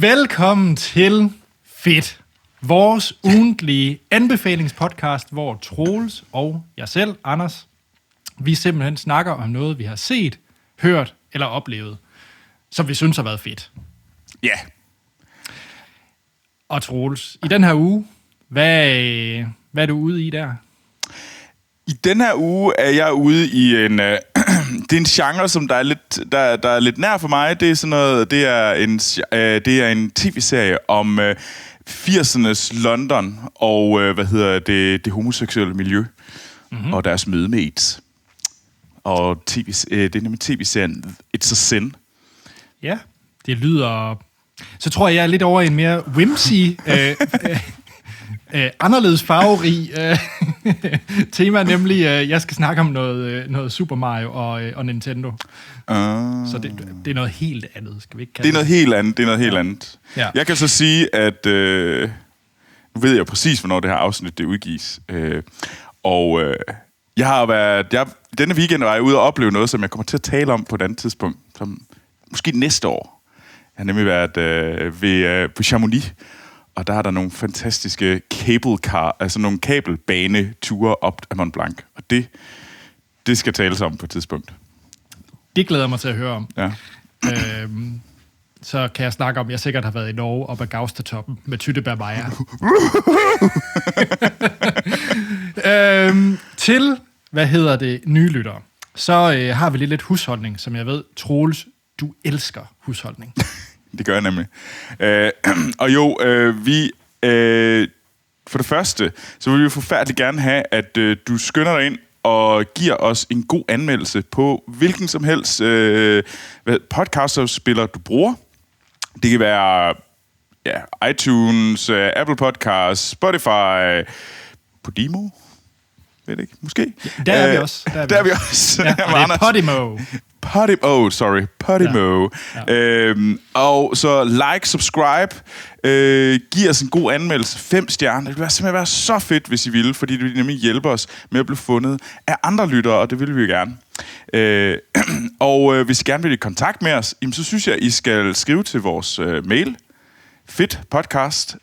Velkommen til Fedt, vores ugentlige anbefalingspodcast, hvor Troels og jeg selv, Anders, vi simpelthen snakker om noget, vi har set, hørt eller oplevet, som vi synes har været fedt. Ja. Yeah. Og Troels, i den her uge, hvad er du ude i der? I den her uge er jeg ude i en det er en genre, som der er lidt nær for mig. Det er sådan noget, det er en tv-serie om 80'ernes London og det homoseksuelle miljø og deres møde med AIDS. Og det er nemlig tv-serien It's a Sin. Ja, det lyder. Så tror jeg er lidt over en mere whimsy, anderledes farverig tema, nemlig jeg skal snakke om noget Super Mario og Nintendo. Så det er noget helt andet, skal vi ikke kalde det? Det er noget helt andet. Ja. Jeg kan så sige, at nu ved jeg præcis, hvornår det her afsnit det udgives. Jeg har været. Denne weekend var jeg ude og opleve noget, som jeg kommer til at tale om på et andet tidspunkt, som måske næste år. Jeg har nemlig været på Chamonix, og der er der nogle fantastiske cable car, altså nogle kabelbaneture op ad Mont Blanc, og det skal tales om på et tidspunkt. Det glæder mig til at høre om. Ja. Så kan jeg snakke om, at jeg sikkert har været i Norge op ad Gaustatoppen med Tyttebærmejer. Til, nye lyttere, så har vi lidt husholdning, som jeg ved, Troels, du elsker husholdning. Det gør jeg nemlig. Og jo, vi... for det første, så vil vi jo forfærdeligt gerne have, at du skynder dig ind og giver os en god anmeldelse på hvilken som helst podcaster-spiller, du bruger. Det kan være iTunes, Apple Podcasts, Spotify, Podimo. Ved ikke, måske. Der er vi også. Der er vi også. Ja, og det er Podimo. Podimo. Ja. Og så like, subscribe, giv os en god anmeldelse, 5 stjerner. Det ville simpelthen være så fedt, hvis I ville, fordi det ville nemlig hjælpe os med at blive fundet af andre lyttere, og det vil vi jo gerne. Og hvis I gerne vil i kontakt med os, så synes jeg, I skal skrive til vores mail, fedtpodcast,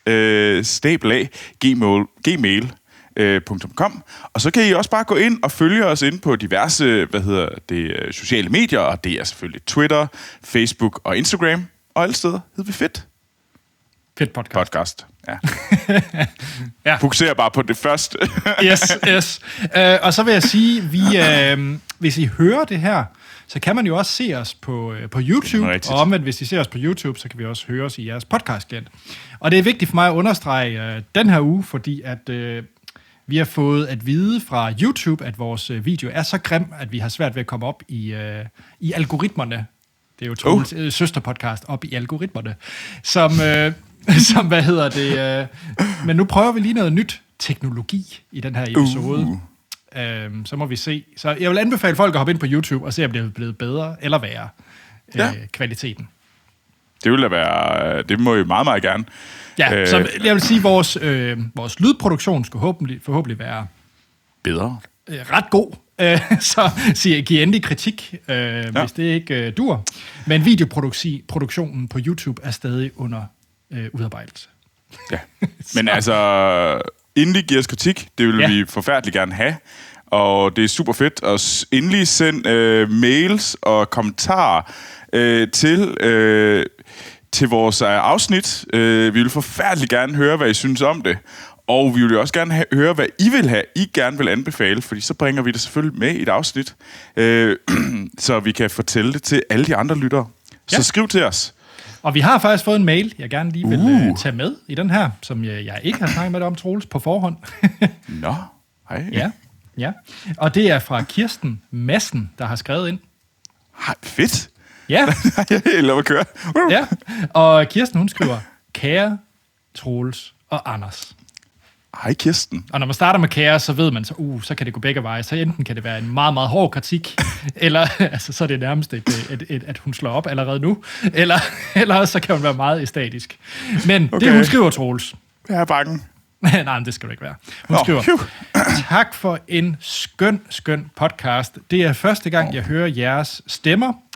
gmail.com. Og så kan I også bare gå ind og følge os ind på diverse, sociale medier, og det er selvfølgelig Twitter, Facebook og Instagram, og alle steder hedder vi Fedt. Fedt podcast. Ja. Ja. Fokuserer bare på det første. Yes. Og så vil jeg sige, hvis I hører det her, så kan man jo også se os på YouTube, og omvendt, hvis I ser os på YouTube, så kan vi også høre os i jeres podcast-klient. Og det er vigtigt for mig at understrege den her uge, fordi at vi har fået at vide fra YouTube, at vores video er så grim, at vi har svært ved at komme op i algoritmerne. Det er jo Troels søsterpodcast, op i algoritmerne. Som men nu prøver vi lige noget nyt teknologi i den her episode. Så må vi se. Så jeg vil anbefale folk at hoppe ind på YouTube og se, om det er blevet bedre eller værre kvaliteten. Det vil da være. Det må jo meget, meget gerne. Ja, så jeg vil sige, at vores lydproduktion skal forhåbentlig være bedre. Ret god. Så giv endelig kritik, hvis det ikke dur. Men videoproduktionen på YouTube er stadig under udarbejdelse. Ja, men altså, endelig giver os kritik. Det vil vi forfærdeligt gerne have. Og det er super fedt. Og endelig send mails og kommentarer til vores afsnit. Vi vil forfærdeligt gerne høre, hvad I synes om det. Og vi vil også gerne høre, hvad I gerne vil anbefale, fordi så bringer vi det selvfølgelig med i et afsnit, så vi kan fortælle det til alle de andre lyttere. Ja. Så skriv til os. Og vi har faktisk fået en mail, jeg gerne lige vil tage med i den her, som jeg ikke har snakket med dig om, Troels, på forhånd. Nå, hej. Ja. Og det er fra Kirsten Madsen, der har skrevet ind. Hej, fedt. Ja. Jeg er helt at køre. Ja, og Kirsten, hun skriver, kære Troels og Anders. Hej Kirsten. Og når man starter med kære, så ved man, så kan det gå begge veje. Så enten kan det være en meget, meget hård kritik, eller så er det nærmest at hun slår op allerede nu, eller så kan hun være meget æstetisk. Men det, hun skriver, Troels. Jeg er bange. Nej, men det skal du ikke være. Hun skriver, tak for en skøn podcast. Det er første gang, jeg hører jeres stemmer,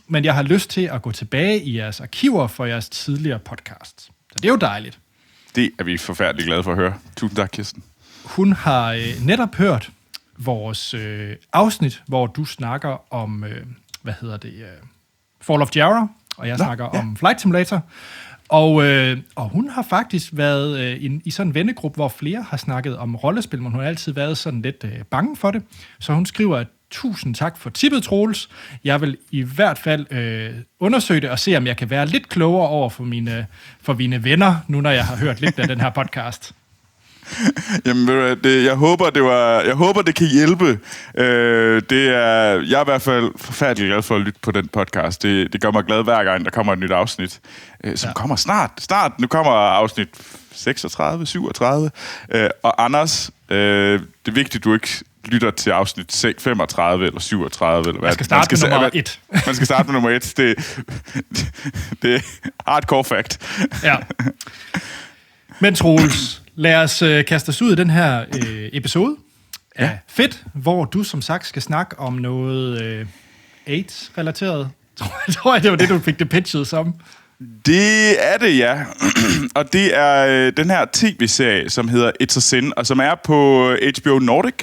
men jeg har lyst til at gå tilbage i jeres arkiver for jeres tidligere podcast. Så det er jo dejligt. Det er vi forfærdeligt glade for at høre. Tusind tak, Kirsten. Hun har netop hørt vores afsnit, hvor du snakker om, Fall of Jara, og jeg snakker om Flight Simulator. Og hun har faktisk været i sådan en vennegruppe, hvor flere har snakket om rollespil, men hun har altid været sådan lidt bange for det. Så hun skriver, at tusind tak for tippet, Troels. Jeg vil i hvert fald undersøge det og se, om jeg kan være lidt klogere over for mine venner, nu når jeg har hørt lidt af den her podcast. Jamen, jeg håber, det kan hjælpe. Jeg er i hvert fald forfærdelig glad for at lytte på den podcast. Det gør mig glad hver gang, der kommer et nyt afsnit, som kommer snart. Nu kommer afsnit 36, 37. Og Anders, det er vigtigt, du ikke lytter til afsnit 35 eller 37. Eller hvad. Man skal starte med nummer 1. Man skal starte med nummer 1. Det er hardcore fact. Ja. Men Troels, lad os kaste os ud i den her episode af Fedt, hvor du som sagt skal snakke om noget AIDS-relateret. Tror jeg, det var det, du fik det pitchet som. Det er det, ja. Og det er den her tv-serie, som hedder It's a Sin, og som er på HBO Nordic.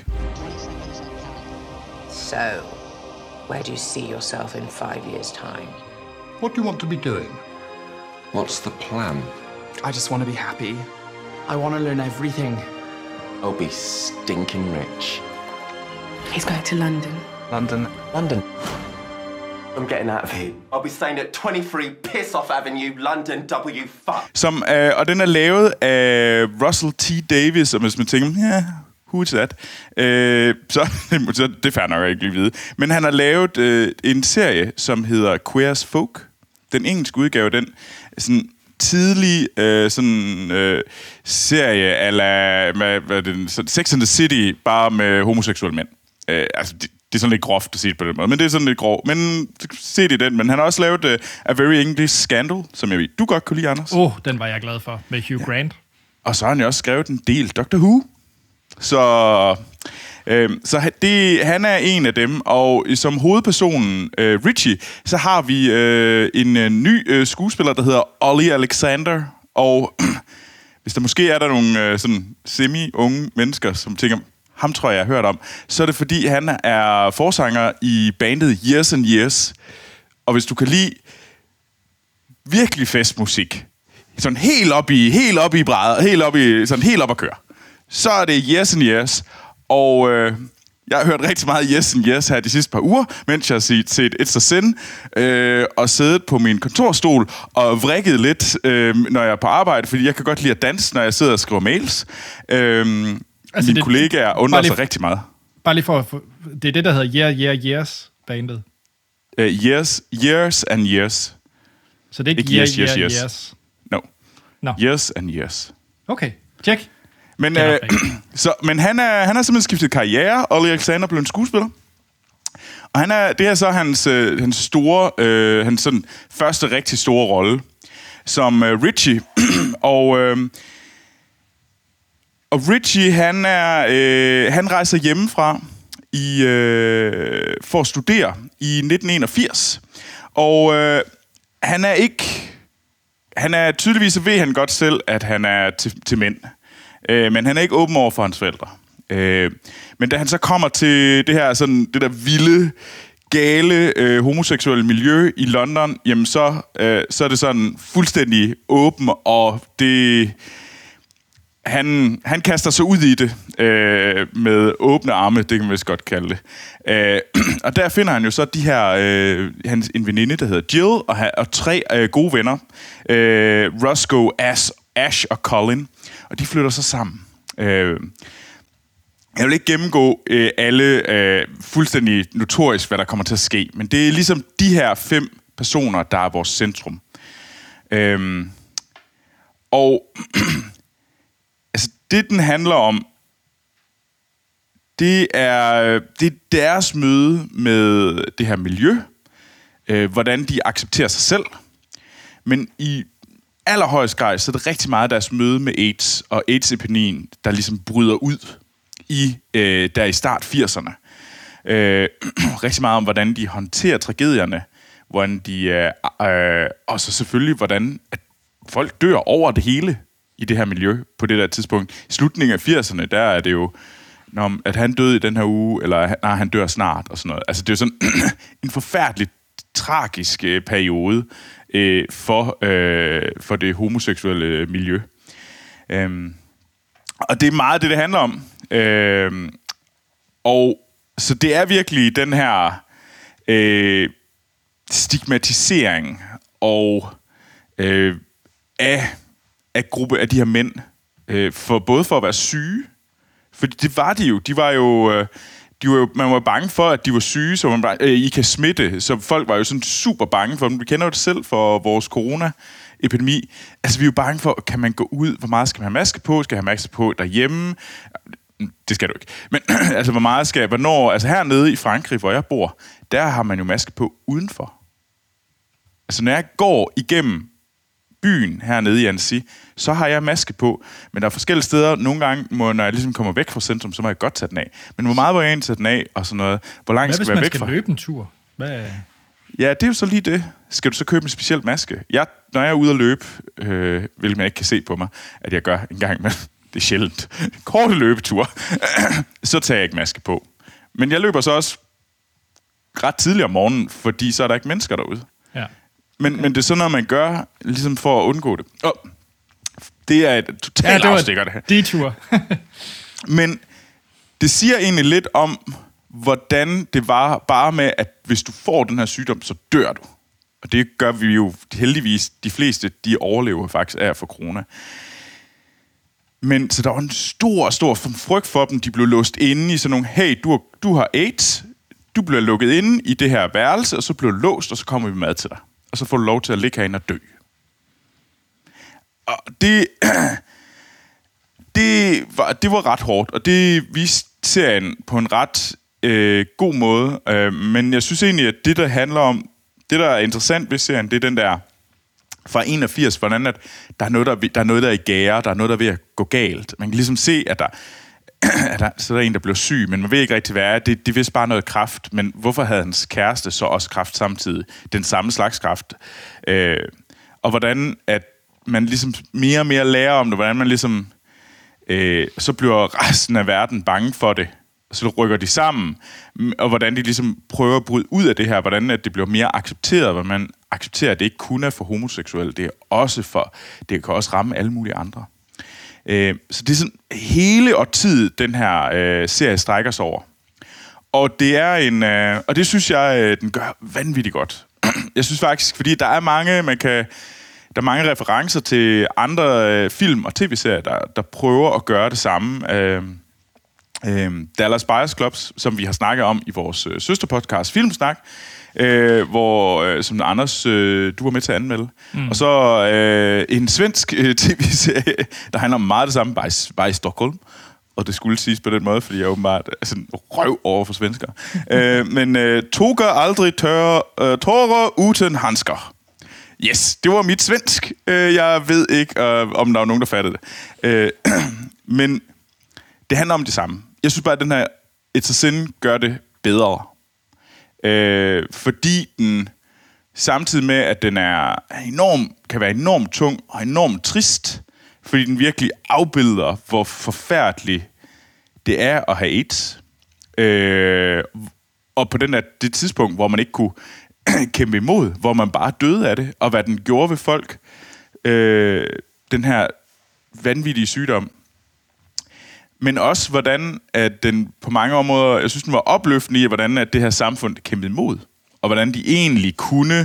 So, where do you see yourself in 5 years' time? What do you want to be doing? What's the plan? I just want to be happy. I want to learn everything. I'll be stinking rich. He's going to London. London. I'm getting out of here. I'll be staying at 23 Piss Off Avenue, London, W. Fuck. Og den er lavet af Russell T. Davies, og hvis man tænker, who is that? Så det er fair nok, jeg ikke lige vide. Men han har lavet en serie, som hedder Queer as Folk. Den engelske udgave, den sådan tidlig serie eller Sex and the City, bare med homoseksuelle mænd. Det er sådan lidt groft at sige det på den måde, men det er sådan lidt grov. Men se det i den. Men han har også lavet A Very English Scandal, som jeg ved, du godt kunne lide, Anders. Den var jeg glad for, med Hugh Grant. Og så har han jo også skrevet en del Doctor Who. Han er en af dem, og som hovedpersonen Richie, så har vi en ny skuespiller, der hedder Ollie Alexander. Og hvis der måske er der nogle sådan semi-unge mennesker, som tænker, ham tror jeg har hørt om, så er det fordi, han er forsanger i bandet Years and Years. Og hvis du kan lide virkelig festmusik, sådan helt op i brædder, helt op at køre, så er det Years and Years. Og jeg har hørt rigtig meget Yes and Yes her de sidste par uger, mens jeg har set It's a Sin, og siddet på min kontorstol og vrikket lidt, når jeg er på arbejde, fordi jeg kan godt lide at danse, når jeg sidder og skriver mails. Mine kollegaer undrer sig rigtig meget. Bare lige for det er det, der hedder Yeah, Years bandet. Years and Years. Så det er ikke Years. No. Years and Years. Okay, tjek. Men han er simpelthen skiftet karriere. Ollie Alexander blev en skuespiller. Og det er så hans store, hans sådan første rigtig store rolle som Richie. Og Richie, han rejser hjemmefra for at studere i 1981. Og han er tydeligvis, ved han godt selv, at han er til mænd. Men han er ikke åben over for hans forældre. Men da han så kommer til det der vilde, gale homoseksuelle miljø i London, jamen så er det sådan fuldstændig åben, og han kaster sig ud i det med åbne arme, det kan man vist godt kalde det. Og der finder han jo så de her, en veninde, der hedder Jill, og 3 gode venner, Roscoe, Ash og Colin, og de flytter sig sammen. Jeg vil ikke gennemgå alle fuldstændig notorisk, hvad der kommer til at ske, men det er ligesom de her 5 personer, der er vores centrum. Og altså det, den handler om, det er deres møde med det her miljø, hvordan de accepterer sig selv, men i allerhøjst grad, så er det rigtig meget deres møde med AIDS og AIDS-epidemien, der ligesom bryder ud der i start 80'erne. Rigtig meget om, hvordan de håndterer tragedierne, hvordan de og så selvfølgelig, hvordan at folk dør over det hele i det her miljø på det der tidspunkt. I slutningen af 80'erne, der er det jo, at han døde i den her uge, eller han dør snart, og sådan noget. Altså, det er jo sådan en forfærdelig tragisk periode for det homoseksuelle miljø. Og det er meget det handler om. Og så det er virkelig den her stigmatisering og af gruppe af de her mænd, både for at være syge, fordi det var de jo. De var jo man var bange for, at de var syge, så man bare, I kan smitte. Så folk var jo sådan super bange for dem. Vi kender jo det selv for vores corona-epidemi. Altså, vi er jo bange for, kan man gå ud? Hvor meget skal man have maske på? Skal jeg have maske på derhjemme? Det skal du ikke. Men altså, hvornår? Altså, hernede i Frankrig, hvor jeg bor, der har man jo maske på udenfor. Altså, når jeg går igennem byen hernede i Annecy, så har jeg maske på. Men der er forskellige steder. Nogle gange, når jeg ligesom kommer væk fra centrum, så må jeg godt tage den af. Men hvor meget må jeg egentlig tage den af, og sådan noget? Hvor langt skal jeg være væk fra? Hvad hvis man skal løbe en tur? Ja, det er jo så lige det. Skal du så købe en speciel maske? Når jeg er ude at løbe, hvilket man ikke kan se på mig, at jeg gør en gang med, det er sjældent, korte løbeture, så tager jeg ikke maske på. Men jeg løber så også ret tidligt om morgenen, fordi så er der ikke mennesker derude. Ja. Men det er sådan noget, man gør, ligesom for at undgå det. Det er et totalt afstikker, det her. Detur. Men det siger egentlig lidt om, hvordan det var bare med, at hvis du får den her sygdom, så dør du. Og det gør vi jo heldigvis. De fleste, de overlever faktisk af at få corona. Men så der var en stor frygt for dem. De blev låst inde i sådan nogle, hey, du har AIDS, du bliver lukket inde i det her værelse, og så bliver du låst, og så kommer vi mad til dig. Og så får du lov til at ligge herinde og dø. Og det var ret hårdt, og det viste serien på en ret god måde. Men jeg synes egentlig, at det, der handler om, det, der er interessant ved serien, det er den der fra 81, hvordan at der er noget, der er i gære, der er noget, der er ved at gå galt. Man kan ligesom se, at så er der en, der bliver syg, men man ved ikke rigtig, hvad er det. Det er vist bare noget kræft, men hvorfor havde hans kæreste så også kræft samtidig? Den samme slags kræft. Og hvordan at man ligesom mere og mere lærer om det, hvordan man ligesom så bliver resten af verden bange for det, og så rykker de sammen, og hvordan de ligesom prøver at bryde ud af det her, hvordan at det bliver mere accepteret, hvordan man accepterer, at det ikke kun er for homoseksuelle, det kan også ramme alle mulige andre. Så det er sådan hele årtiet, den her serie strækker sig over. Og det er og det synes jeg, den gør vanvittigt godt. Jeg synes faktisk, fordi der er mange referencer til andre film og tv-serier, der prøver at gøre det samme. Dallas Buyers Club, som vi har snakket om i vores søsterpodcast Filmsnak, som Anders, du var med til at anmelde. Og så en svensk tv-serie, der handler om meget det samme, bare i Stockholm. Og det skulle siges på den måde, fordi jeg åbenbart er sådan røv over for svensker. Men Toga aldrig tårer uden handsker. Yes, det var mit svensk. Jeg ved ikke, om der var nogen, der fattede det. Men det handler om det samme. Jeg synes bare, at den her It's a Sin gør det bedre. Fordi den, samtidig med, at den kan være enormt tung og enormt trist, fordi den virkelig afbilder, hvor forfærdeligt det er at have AIDS. Og på det tidspunkt, hvor man ikke kunne kæmpe imod, hvor man bare døde af det, og hvad den gjorde ved folk. Den her vanvittige sygdom. Men også, hvordan at den på mange områder, jeg synes, den var opløftende i, hvordan at det her samfund kæmpede imod. Og hvordan de egentlig kunne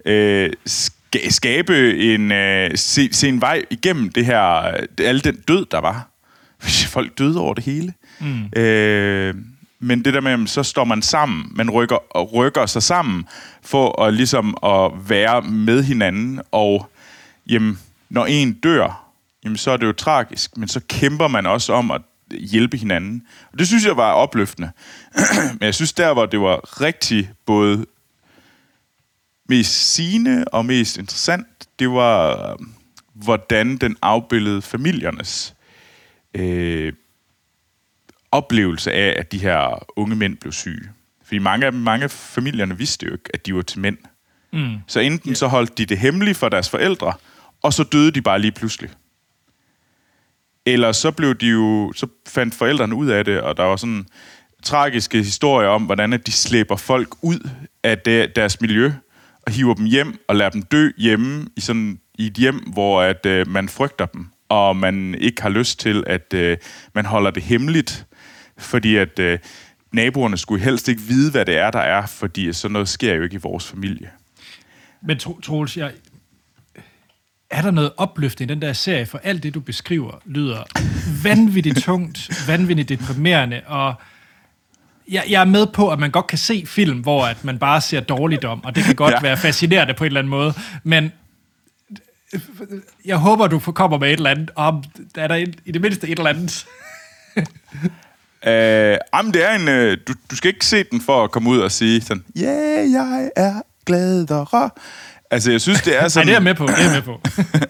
skabe se en vej igennem det her, alle den død, der var. Folk døde over det hele. Men det der med, så står man sammen, man rykker sig sammen for at ligesom at være med hinanden, og jamen, når en dør, jamen, så er det jo tragisk, men så kæmper man også om at hjælpe hinanden. Og det synes jeg var opløftende. Men jeg synes der, hvor det var rigtig både mest sigende og mest interessant, det var, hvordan den afbildede familiernes oplevelse af, at de her unge mænd blev syge. Fordi mange af familierne vidste jo ikke, at de var til mænd. Så enten så holdt de det hemmeligt for deres forældre, og så døde de bare lige pludselig. Eller så fandt forældrene ud af det, og der var sådan tragiske historier om, hvordan at de slæber folk ud af deres miljø, og hiver dem hjem og lader dem dø hjemme i et hjem, hvor at man frygter dem, og man ikke har lyst til, at man holder det hemmeligt, fordi at naboerne skulle helst ikke vide, hvad det er, der er, fordi sådan noget sker jo ikke i vores familie. Men Troels, er der noget opløftende i den der serie, for alt det, du beskriver, lyder vanvittigt tungt, vanvittigt deprimerende, og jeg er med på, at man godt kan se film, hvor at man bare ser dårligdom, og det kan godt være fascinerende på en eller anden måde, men jeg håber, du kommer med et eller andet om, er der i det mindste et eller andet? Det er du skal ikke se den for at komme ud og sige sådan, jeg er gladere. Altså, jeg synes, det er sådan... Nej, det er med på.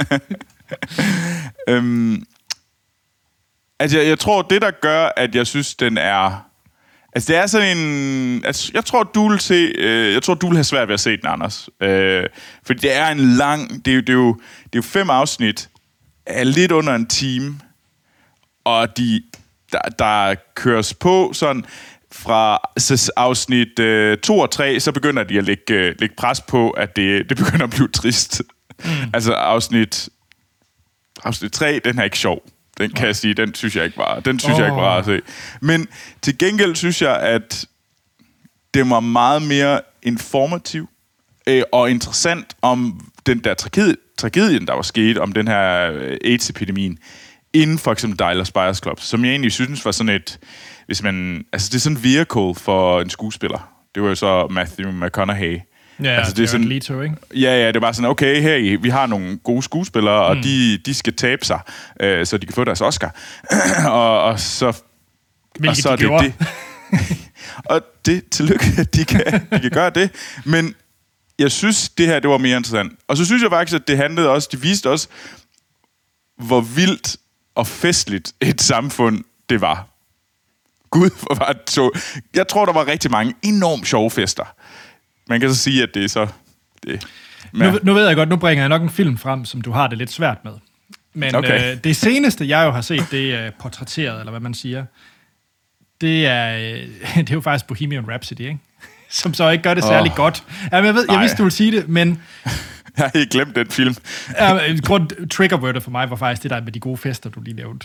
Jeg tror, det der gør, at jeg synes, den er... Altså, det er sådan en... Altså, jeg tror, du vil have svært ved at se den, Anders. Fordi det er en lang... Det er jo 5 afsnit af lidt under en time, og der køres på sådan... Fra afsnit 2 og 3, så begynder de at lægge pres på, at det begynder at blive trist. Altså afsnit 3, den er ikke sjov. Den kan jeg sige, den synes jeg ikke var at se. Men til gengæld synes jeg, at det var meget mere informativ og interessant om den der tragedien, der var sket, om den her AIDS-epidemien, inden for eksempel Dallas Buyers Club, som jeg egentlig synes var sådan et... det er sådan en vehicle for en skuespiller. Det var jo så Matthew McConaughey. Ja, altså, det er sådan Leto, ikke? Ja, det var sådan, okay, her vi har nogle gode skuespillere, og de skal tabe sig, så de kan få deres Oscar. og så... Hvilket og så de gjorde. Det. Og tillykke, at de kan gøre det. Men jeg synes, det her, det var mere interessant. Og så synes jeg faktisk, at de viste også, hvor vildt og festligt et samfund det var. Gud, hvor var det så... Jeg tror, der var rigtig mange enormt sjove fester. Man kan så sige, at det er så... Nu ved jeg godt, nu bringer jeg nok en film frem, som du har det lidt svært med. Men okay. Det seneste, jeg jo har set, det er portrætteret, eller hvad man siger, det er jo faktisk Bohemian Rhapsody, ikke? Som så ikke gør det særlig godt. Jamen, jeg vidste, du ville sige det, men... Jeg har ikke glemt den film. Triggerwordet for mig var faktisk det der med de gode fester, du lige nævnte.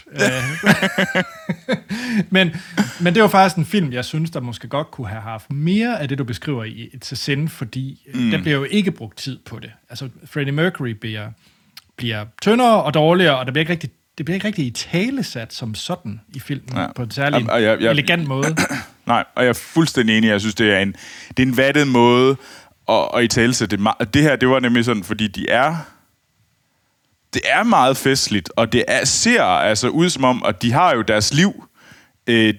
men det var faktisk en film, jeg synes, der måske godt kunne have haft mere af det, du beskriver til sinde, fordi der bliver jo ikke brugt tid på det. Altså, Freddie Mercury bliver tyndere og dårligere, og det bliver ikke rigtig italesat som sådan i filmen, på en særlig elegant måde. Nej, og jeg er fuldstændig enig. Jeg synes, det er en vattet måde og i talelse, det her, det var nemlig sådan, fordi det er meget festligt, og det ser altså ud som om, at de har jo deres liv, de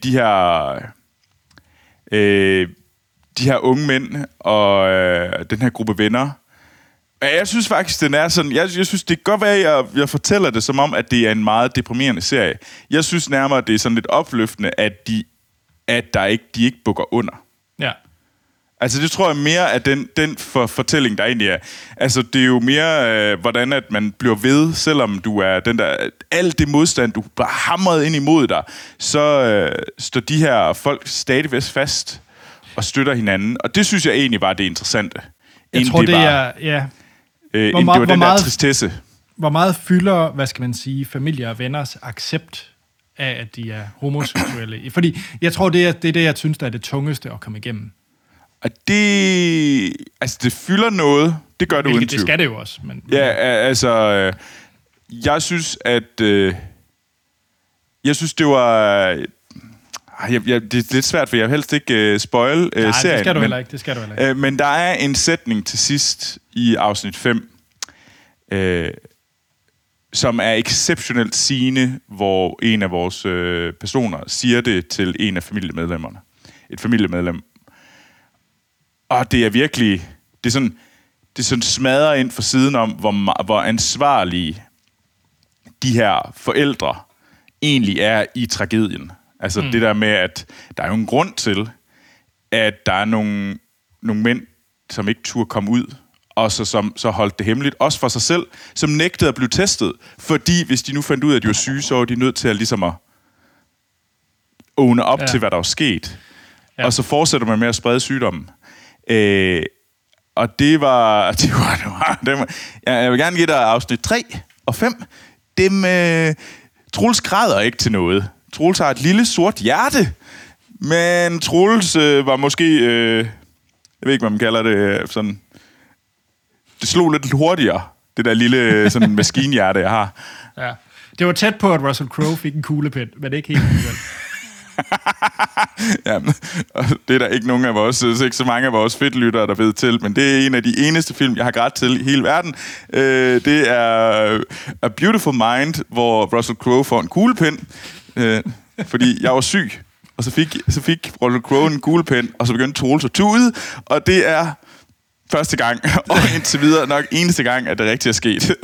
her unge mænd, og den her gruppe venner. Men jeg synes faktisk, den er sådan, jeg synes, det kan godt være, at jeg fortæller det som om, at det er en meget deprimerende serie. Jeg synes nærmere, at det er sådan lidt opløftende, at de ikke bukker under. Ja. Altså, det tror jeg mere, at den fortælling, der egentlig er... Altså, det er jo mere, hvordan at man bliver ved, selvom du er den der... Alt det modstand, du bare hamret ind imod dig, så står de her folk stadigvæk fast og støtter hinanden. Og det synes jeg egentlig var det interessante. Jeg tror, det er... Ja. Det var den der tristesse. Hvor meget fylder, hvad skal man sige, familier og venners accept af, at de er homoseksuelle? Fordi jeg tror, det er det, jeg synes, der er det tungeste at komme igennem. Og det fylder noget. Det gør det uden tvivl. Det skal det jo også. Men, ja, altså... jeg synes, at... jeg synes, det var... det er lidt svært, for jeg vil helst ikke spoil serien. Nej, det skal du heller ikke. Men der er en sætning til sidst i afsnit 5, som er exceptionelt sigende, hvor en af vores personer siger det til en af familiemedlemmerne. Et familiemedlem. Og det er virkelig... Det er sådan smadrer ind for siden om, hvor ansvarlige de her forældre egentlig er i tragedien. Altså det der med, at der er jo en grund til, at der er nogle mænd, som ikke turde komme ud og så holdt det hemmeligt, også for sig selv, som nægtede at blive testet, fordi hvis de nu fandt ud af, at de var syge, så var de nødt til at ligesom at åbne op til, hvad der var sket. Ja. Og så fortsætter man med at sprede sygdommen. Og det var jeg vil gerne give dig afsnit 3 og 5. Troels græder ikke til noget. Troels har et lille sort hjerte, men Troels var måske, jeg ved ikke, hvad man kalder det, sådan, det slog lidt hurtigere, det der lille sådan maskinhjerte, jeg har. Ja. Det var tæt på, at Russell Crowe fik en kuglepen, men det er ikke helt alligevel. Ja, det er der ikke nogen af vores, ikke så mange af vores fedtlyttere, der ved til, men det er en af de eneste film, jeg har grædt til i hele verden. Det er A Beautiful Mind, hvor Russell Crowe får en kuglepen, fordi jeg var syg, og så fik Russell Crowe en kuglepen, og så begyndte Troels at tude, og det er første gang, og indtil videre nok eneste gang, at det rigtigt er sket.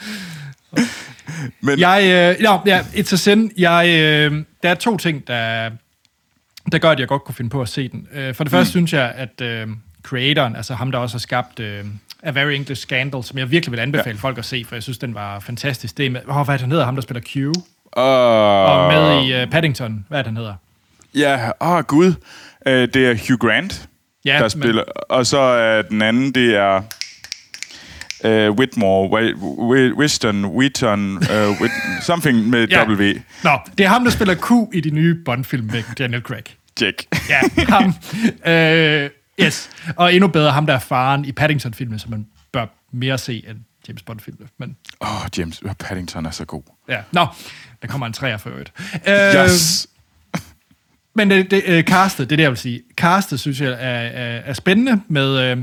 Men it's a sin. Der er 2 ting, der gør, at jeg godt kunne finde på at se den. For det første synes jeg, at creatoren, altså ham, der også har skabt A Very English Scandal, som jeg virkelig vil anbefale folk at se, for jeg synes, den var fantastisk. Det er med, hvad er det, han hedder? Ham, der spiller Q. Og med i Paddington. Hvad er det, han hedder? Ja, gud. Det er Hugh Grant, der spiller. Og så er den anden, det er Whitmore, Wheaton, something med W. Nå, det er ham, der spiller Q i de nye Bond-film med Daniel Craig. Jack. Ja, ham. Yes. Og endnu bedre, ham der er faren i Paddington-filmen, som man bør mere se end James Bond-filmen. Men... James Paddington er så god. Ja, der kommer en 3'er for øvrigt. Yes! Men castet, det er det, jeg vil sige. Castet, synes jeg, er spændende med...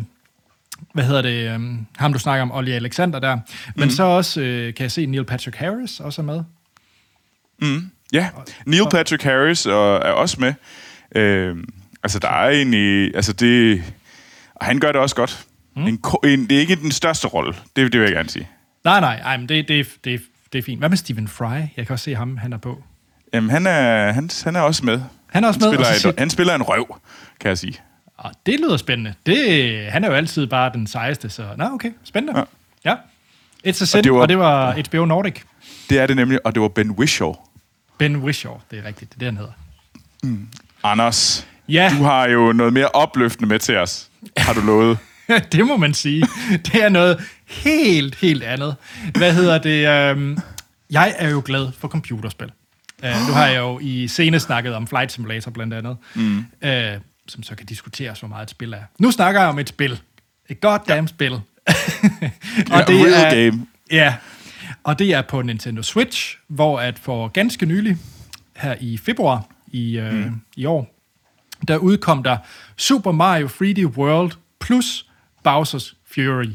ham du snakker om, Ollie Alexander der. Men så også, kan jeg se, Neil Patrick Harris også er med. Ja, Neil Patrick Harris er også med. Altså, der er egentlig... Altså, det... Og han gør det også godt. Det er ikke den største rolle. Det vil jeg gerne sige. Nej, men det er fint. Hvad med Stephen Fry? Jeg kan også se ham, han er på. Jamen, han er også med. Han er også med. Han spiller en røv, kan jeg sige. Og det lyder spændende. Han er jo altid bare den sejeste, så... okay, spændende. Ja. It's a Sin, og det var HBO Nordic. Det er det nemlig, og det var Ben Whishaw. Ben Whishaw, det er rigtigt. Det er det, han hedder. Anders, du har jo noget mere opløftende med til os. Har du lovet? Det må man sige. Det er noget helt andet. Hvad hedder det? Jeg er jo glad for computerspil. Nu har jeg jo i scene snakket om Flight Simulator blandt andet. Som så kan diskuteres, hvor meget et spil er. Nu snakker jeg om et spil. Et goddamn spil. Og det er real game. Ja, og det er på Nintendo Switch, hvor at for ganske nylig, her i februar i år, der udkom der Super Mario 3D World plus Bowser's Fury.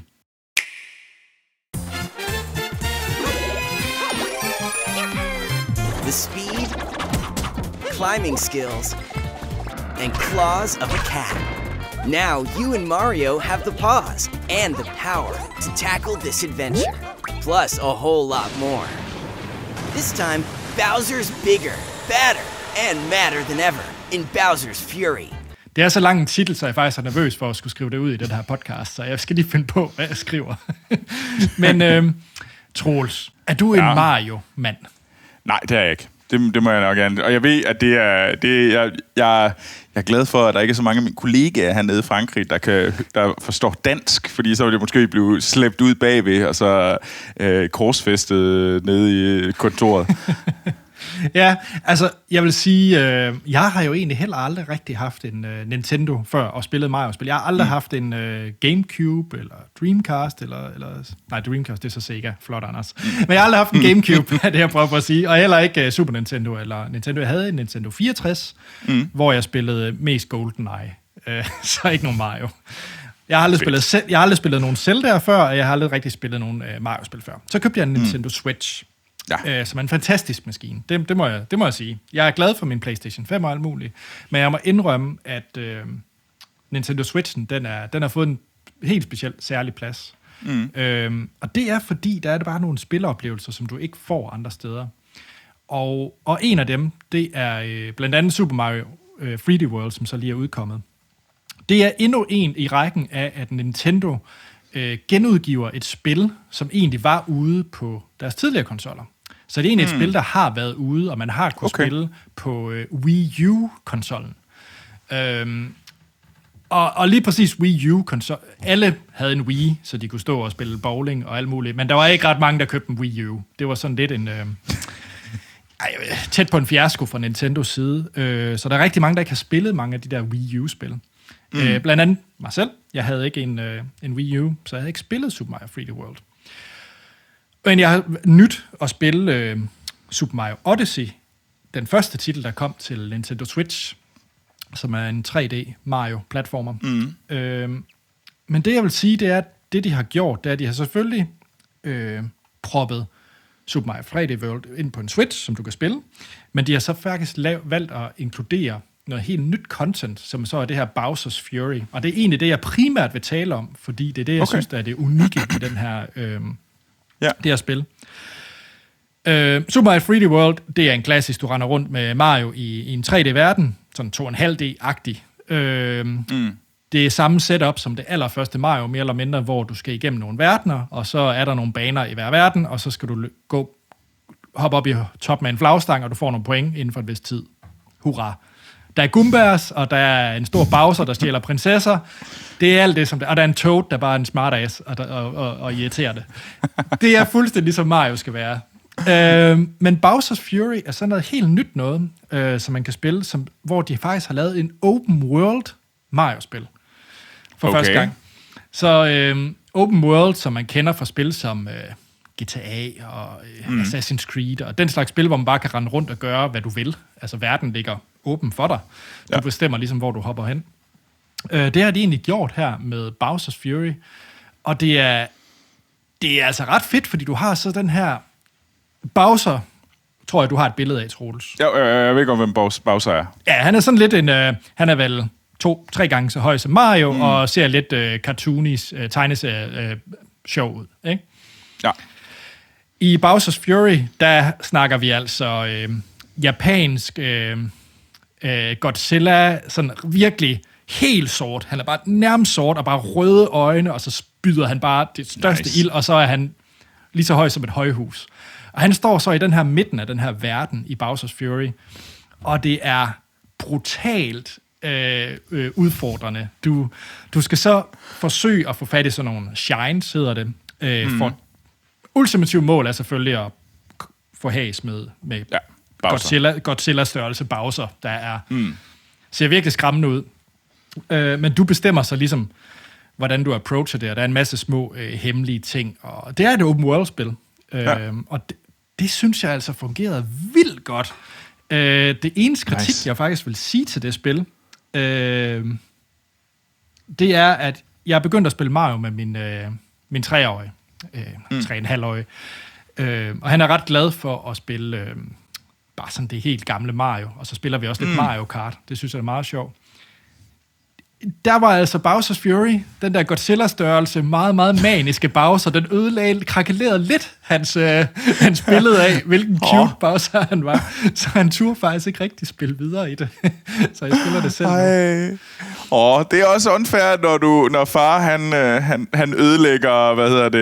The speed, climbing skills, and claws of a cat. Now you and Mario have the paws and the power to tackle this adventure, plus a whole lot more. This time, Bowser's bigger, badder, and madder than ever in Bowser's Fury. Det er så lang en titel, så jeg faktisk er nervøs for at skulle skrive det ud i den her podcast, så jeg skal lige finde på, hvad jeg skriver. Men Troels, er du en Mario-mand? Nej, det er jeg ikke. Det må jeg nok gerne. Og jeg ved, at jeg er glad for, at der ikke er så mange af mine kollegaer hernede i Frankrig, der forstår dansk, fordi så vil det måske blive slæbt ud bagved, og så korsfæstet nede i kontoret. Ja, altså, jeg vil sige, jeg har jo egentlig heller aldrig rigtig haft en Nintendo før og spillet Mario-spil. Jeg har aldrig haft en Gamecube eller Dreamcast, nej, Dreamcast, det er så Sega. Flot, Anders. Men jeg har aldrig haft en Gamecube, det jeg prøver på at sige, og heller ikke Super Nintendo eller Nintendo. Jeg havde en Nintendo 64, hvor jeg spillede mest GoldenEye, så ikke nogen Mario. Jeg har aldrig spillet nogen Zelda før, og jeg har aldrig rigtig spillet nogen Mario-spil før. Så købte jeg en Nintendo Switch. Ja. Som er en fantastisk maskine. Det må jeg sige. Jeg er glad for min PlayStation 5 og alt muligt, men jeg må indrømme, at Nintendo Switchen, den har fået en helt speciel særlig plads. Og det er fordi, der er det bare nogle spilleoplevelser, som du ikke får andre steder. Og en af dem, det er blandt andet Super Mario 3D World, som så lige er udkommet. Det er endnu en i rækken af, at Nintendo genudgiver et spil, som egentlig var ude på deres tidligere konsoller. Så det er egentlig et spil, der har været ude, og man har kunnet spille på Wii U-konsollen. Og lige præcis Wii U-konsol, alle havde en Wii, så de kunne stå og spille bowling og alt muligt, men der var ikke ret mange, der købte en Wii U. Det var sådan lidt en... tæt på en fiasko fra Nintendos side. Så der er rigtig mange, der ikke har spillet mange af de der Wii U-spil. Blandt andet mig selv. Jeg havde ikke en Wii U, så jeg havde ikke spillet Super Mario 3D World. Men jeg har nyt at spille Super Mario Odyssey, den første titel, der kom til Nintendo Switch, som er en 3D Mario-platformer. Men det, jeg vil sige, det er, at det, de har gjort, det er, at de har selvfølgelig proppet Super Mario 3D World ind på en Switch, som du kan spille, men de har så faktisk valgt at inkludere noget helt nyt content, som så er det her Bowser's Fury. Og det er egentlig det, jeg primært vil tale om, fordi det er det, jeg synes, der er det unikke i den her, det her spil. Super Mario 3D World, det er en klassisk, du render rundt med Mario i en 3D-verden, sådan 2,5D-agtig. Det er samme setup som det allerførste Mario, mere eller mindre, hvor du skal igennem nogle verdener, og så er der nogle baner i hver verden, og så skal du hoppe op i toppen af en flagstang, og du får nogle point inden for en vis tid. Hurra! Der er Goombas, og der er en stor Bowser, der stjæler prinsesser. Det er alt det, som det. Og der er en Toad, der bare er en smartass og irriterer det. Det er fuldstændig som Mario skal være. Men Bowser's Fury er sådan noget helt nyt noget, som man kan spille, hvor de faktisk har lavet en open world Mario-spil for første gang. Så open world, som man kender fra spil som GTA og Assassin's Creed og den slags spil, hvor man bare kan rende rundt og gøre, hvad du vil. Altså verden ligger åben for dig. Du bestemmer ligesom, hvor du hopper hen. Det har de egentlig gjort her med Bowser's Fury, og det er altså ret fedt, fordi du har så den her Bowser, tror jeg, du har et billede af, Troels. Jeg ved ikke, hvem Bowser er. Ja, han er sådan lidt han er vel 2-3 gange så høj som Mario, og ser lidt cartoonisk, tegneserie-show ud, ikke? Ja. I Bowser's Fury, der snakker vi altså japansk Godzilla, sådan virkelig helt sort. Han er bare nærmest sort, og bare røde øjne, og så spyder han bare det største ild, og så er han lige så høj som et højhus. Og han står så i den her midten af den her verden i Bowser's Fury, og det er brutalt udfordrende. Du skal så forsøge at få fat i sådan nogle shines, hedder det. For ultimativt mål er selvfølgelig at få has med Godzilla-størrelse Bowser, der er ser virkelig skræmmende ud. Men du bestemmer så ligesom, hvordan du approacher det, og der er en masse små hemmelige ting. Og det er et open world-spil. Og det synes jeg altså fungerede vildt godt. Det eneste kritik, jeg faktisk vil sige til det spil, det er, at jeg er begyndt at spille Mario med min 3-årige, 3,5-årige. Og han er ret glad for at spille bare sådan det helt gamle Mario. Og så spiller vi også lidt Mario Kart. Det synes jeg er meget sjovt. Der var altså Bowser's Fury, den der Godzilla-størrelse, meget, meget maniske Bowser, den krakelerede lidt hans billede af, hvilken cute Bowser han var. Så han turde faktisk ikke rigtig spille videre i det. Så jeg spiller det selv nu. Det er også unfair, når far han ødelægger,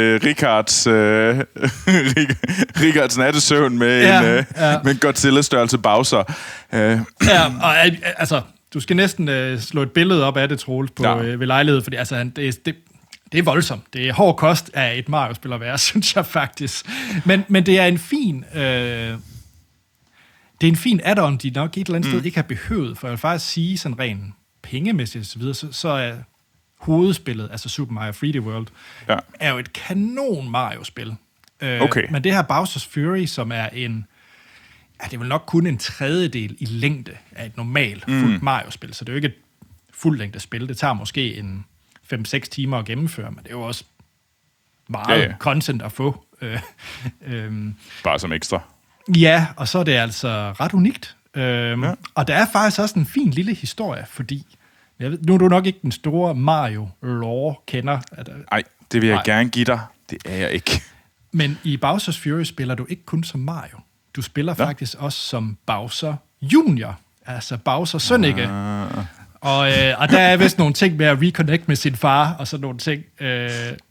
Richards nattesøvn med en Godzilla-størrelse Bowser. Altså... Du skal næsten slå et billede op af det, Troels, ved lejlighed, fordi altså, det er voldsomt. Det er hård kost af et Mario-spil at være, synes jeg faktisk. Men det er en fin... det er en fin add-on, de nok et eller andet sted ikke har behøvet, for jeg vil faktisk sige sådan rent pengemæssigt og så videre, så er hovedspillet, altså Super Mario 3D World, er jo et kanon Mario-spil. Men det her Bowser's Fury, som er det er vel nok kun en tredjedel i længde af et normalt fuldt Mario-spil, så det er jo ikke et fuldlængdespil. Det tager måske en 5-6 timer at gennemføre, men det er jo også meget content at få. Bare som ekstra. Ja, og så er det altså ret unikt. Og der er faktisk også en fin lille historie, fordi nu er du nok ikke den store Mario-lore-kender. Nej, det vil jeg gerne give dig. Det er jeg ikke. Men i Bowser's Fury spiller du ikke kun som Mario. Du spiller faktisk også som Bowser Junior, altså Bowser søn, ikke? Og der er vist nogle ting med at reconnect med sin far, og så nogle ting.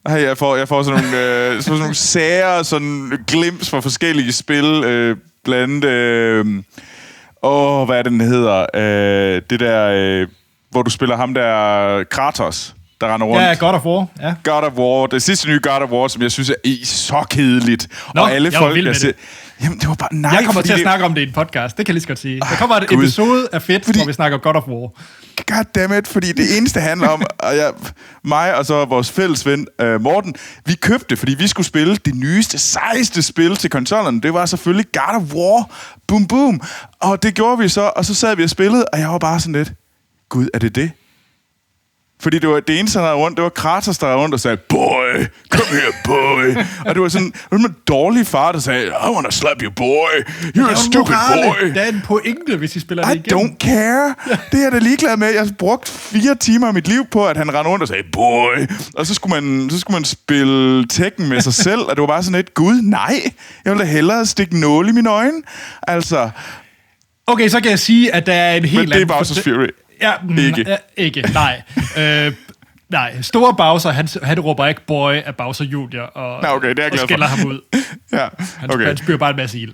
Jeg får sådan nogle sager, sådan glimt fra forskellige spil, blandt hvad er det, den hedder? Det der, hvor du spiller ham der, Kratos, der render rundt. Ja, God of War. Ja. God of War. Det sidste nye God of War, som jeg synes er så kedeligt. Nå, og alle folk, jamen, det var bare nej. Jeg kommer til at snakke om det i en podcast, det kan jeg lige så godt sige. Der kommer et episode af fedt, hvor vi snakker God of War. Goddammit, fordi det eneste handler om, mig og så vores fælles ven Morten, vi købte, fordi vi skulle spille det nyeste, sejeste spil til konsollerne. Det var selvfølgelig God of War. Boom, boom. Og det gjorde vi så, og så sad vi og spillede, og jeg var bare sådan lidt, gud, er det det? Fordi det var det eneste, der rundt, det var Kratos, der rundt og sagde, boy, come here, boy. Og det var sådan en dårlig far, der sagde, I wanna slap you, boy. You're a stupid boy. Det er en pointe, hvis I spiller det igennem. I don't care. Det er jeg da ligeglad med. Jeg brugte 4 timer af mit liv på, at han rendte rundt og sagde, boy. Og så skulle man spille Tekken med sig selv, og det var bare sådan et, gud, nej. Jeg ville da hellere stikke nål i mine øjne. Altså. Okay, så kan jeg sige, at der er en helt anden... Men det er Bowser's Fury. Ja, ikke, nej. Nej, store Bowser, han råber ikke boy af Bowser Junior og skælder ham ud. Ja, okay. Han spyrer bare en masse ild.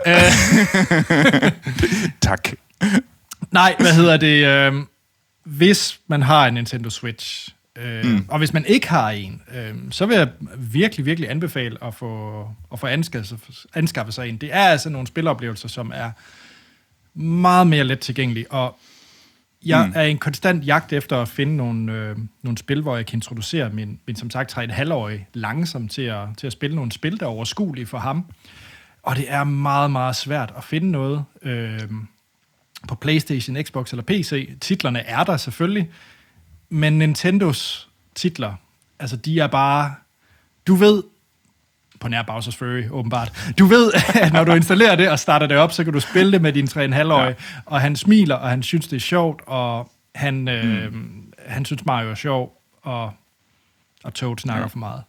Tak. Nej, hvad hedder det? Hvis man har en Nintendo Switch, og hvis man ikke har en, så vil jeg virkelig, virkelig anbefale at få anskaffet sig en. Det er altså nogle spiloplevelser, som er meget mere let tilgængelige, og jeg er en konstant jagt efter at finde nogle spil, hvor jeg kan introducere min som sagt 3,5-årige langsomt til at spille nogle spil, der er overskuelige for ham. Og det er meget, meget svært at finde noget på PlayStation, Xbox eller PC. Titlerne er der selvfølgelig, men Nintendos titler, altså de er bare... Du ved, på nær Bowser's Fury, åbenbart. Du ved, at når du installerer det og starter det op, så kan du spille det med din 3,5-årige, og han smiler, og han synes, det er sjovt, og han synes Mario er sjov, og Toad snakker for meget.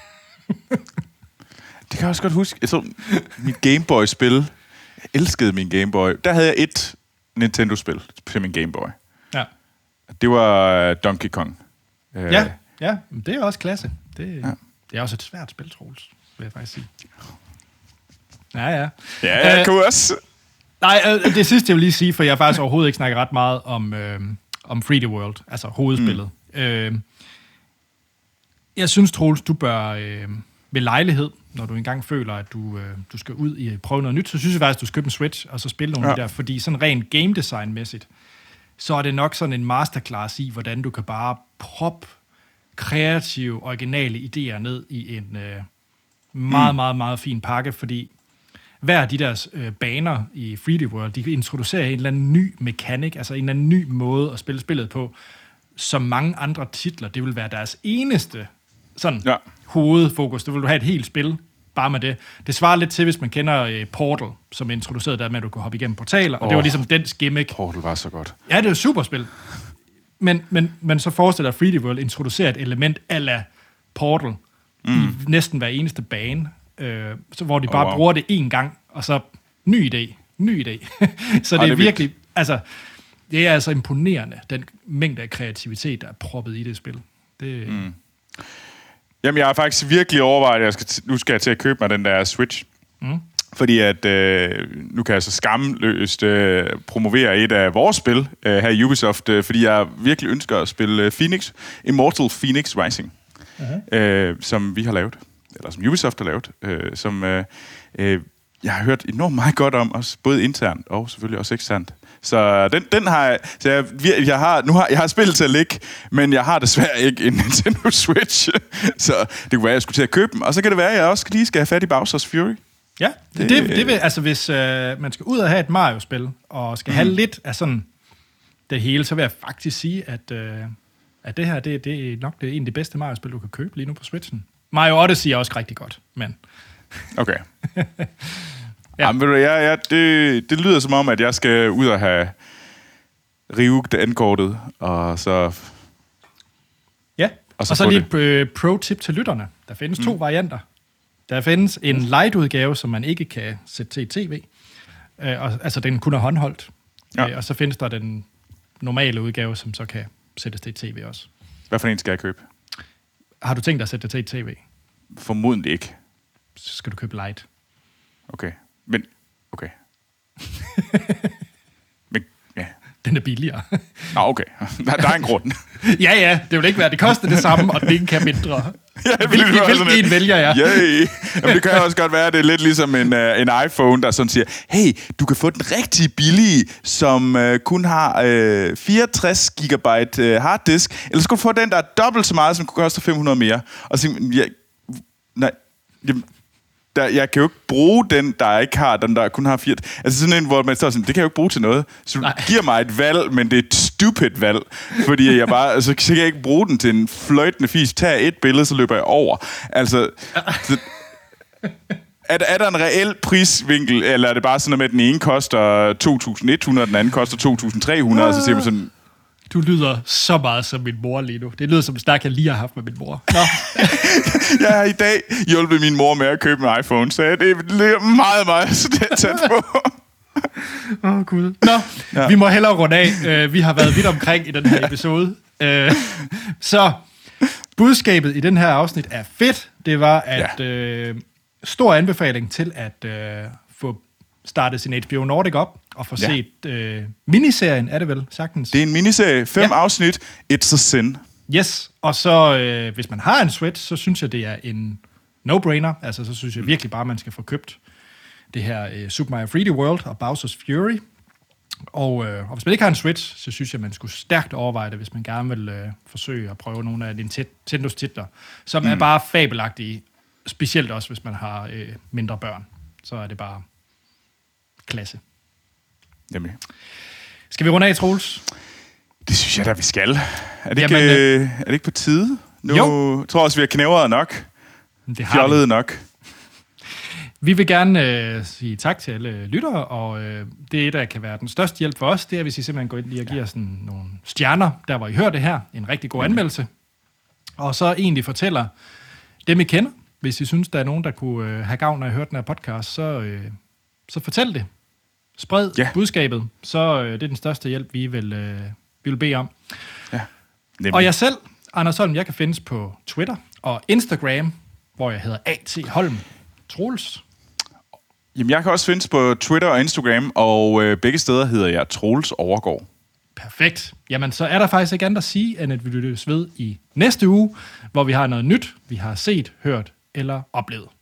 Det kan jeg også godt huske. Så mit Game Boy-spil, jeg elskede min Game Boy. Der havde jeg et Nintendo-spil til min Game Boy. Ja. Det var Donkey Kong. Ja, det er også klasse. Det er også et svært spil, Troels, vil jeg faktisk sige. Ja. Ja, jeg kunne også. Nej, det sidste, jeg vil lige sige, for jeg har faktisk overhovedet ikke snakket ret meget om 3D World, altså hovedspillet. Jeg synes, Troels, du bør ved lejlighed, når du engang føler, at du skal ud i prøve noget nyt, så synes jeg faktisk, du skal købe en Switch, og så spille nogle af de der, fordi sådan rent game design-mæssigt, så er det nok sådan en masterclass i, hvordan du kan bare proppe kreative, originale idéer ned i en meget, meget, meget fin pakke, fordi hver af de der baner i 3D World, de introducerer en eller anden ny mekanik, altså en eller anden ny måde at spille spillet på, som mange andre titler, det vil være deres eneste sådan hovedfokus. Det vil du have et helt spil bare med det. Det svarer lidt til, hvis man kender Portal, som introducerede der med, at du kunne hoppe igennem portaler, og det var ligesom dens gimmick. Portal var så godt. Ja, det er jo superspil. Men så forestiller 3D World introducerer et element a la Portal i næsten hver eneste bane, så hvor de bare bruger det én gang, og så ny idé. Så det er virkelig, altså, det er altså imponerende, den mængde af kreativitet, der er proppet i det spil. Det... Jamen, jeg har faktisk virkelig overvejet, at nu skal jeg til at købe mig den der Switch. Fordi at nu kan jeg så skamløst promovere et af vores spil her i Ubisoft, fordi jeg virkelig ønsker at spille Immortal Phoenix Rising, som vi har lavet, eller som Ubisoft har lavet, som jeg har hørt enormt meget godt om, også både internt og selvfølgelig også eksternt. Så den har jeg... Så jeg har spillet til at ligge, men jeg har desværre ikke en Nintendo Switch. Så det kunne være, at jeg skulle til at købe dem. Og så kan det være, at jeg også lige skal have fat i Bowser's Fury. Ja, det vil, altså hvis man skal ud og have et Mario-spil, og skal have lidt af sådan det hele, så vil jeg faktisk sige, at det her, det er nok en af de bedste Mario-spil, du kan købe lige nu på Switchen. Mario Odyssey er også rigtig godt, men... Okay. Jamen, det lyder som om, at jeg skal ud og have rive dankortet, og så... Ja, og så lige et pro-tip til lytterne. Der findes 2 varianter. Der findes en light-udgave, som man ikke kan sætte til tv. Altså, den kun er håndholdt. Og så findes der den normale udgave, som så kan sættes til tv også. Hvad for en skal jeg købe? Har du tænkt dig at sætte det til i tv? Formodentlig ikke. Så skal du købe light. Okay. Men, okay. Men, ja. Den er billigere. Nå, okay. Der er en grund. ja, det vil ikke være. Det koster det samme, og den kan mindre. Hvilken vælger jeg? Yeah. Jamen, det kan også godt være, at det er lidt ligesom en iPhone, der sådan siger, hey, du kan få den rigtig billige, som kun har 64 gigabyte harddisk, eller så kan du få den, der er dobbelt så meget, som koster 500 mere. Og så jeg kan jo ikke bruge den, der ikke har, den der kun har 4. Altså sådan en, hvor man står sådan, det kan jeg jo ikke bruge til noget. Så du giver mig et valg, men det er et stupid valg. Fordi jeg bare, altså så kan jeg ikke bruge den til en fløjtende fis. Tag et billede, så løber jeg over. Altså, er der en reel prisvinkel, eller er det bare sådan noget med, at den ene koster 2.100, og den anden koster 2.300, og så siger man sådan... Du lyder så meget som min mor lige nu. Det lyder som en snak, jeg lige har haft med min mor. Nå. Jeg har i dag hjulpet min mor med at købe en iPhone, så det er meget, meget tæt på. Gud. Nå, ja. Vi må hellere runde af. Vi har været vidt omkring i den her episode. Så budskabet i den her afsnit er fedt. Det var, at stor anbefaling til at få startet sin HBO Nordic op og få set miniserien, er det vel sagtens? Det er en miniserie, 5 afsnit, It's a Sin. Yes, og så hvis man har en Switch, så synes jeg, det er en no-brainer. Altså, så synes jeg virkelig bare, man skal få købt det her Super Mario 3D World og Bowser's Fury. Og hvis man ikke har en Switch, så synes jeg, man skulle stærkt overveje det, hvis man gerne vil forsøge at prøve nogle af Nintendos titler, som er bare fabelagtige, specielt også, hvis man har mindre børn. Så er det bare klasse. Jamen. Skal vi runde af, Troels? Det synes jeg da, vi skal. Er det ikke på tide? Nu tror jeg også, vi har knævret nok. Fjollet nok. Vi vil gerne sige tak til alle lyttere, og det, der kan være den største hjælp for os, det er, hvis I simpelthen går ind lige og giver sådan nogle stjerner, der hvor I hører det her, en rigtig god anmeldelse. Og så egentlig fortæller dem, I kender. Hvis I synes, der er nogen, der kunne have gavn af at høre den her podcast, så fortæl det. Spred budskabet. Så det er den største hjælp, vi vil bede om. Ja, og jeg selv, Anders Holm, jeg kan findes på Twitter og Instagram, hvor jeg hedder A.T. Holm. Troels? Jamen, jeg kan også findes på Twitter og Instagram, og begge steder hedder jeg Troels Overgaard. Perfekt. Jamen, så er der faktisk ikke andet at sige, end at vi lyttes ved i næste uge, hvor vi har noget nyt, vi har set, hørt eller oplevet.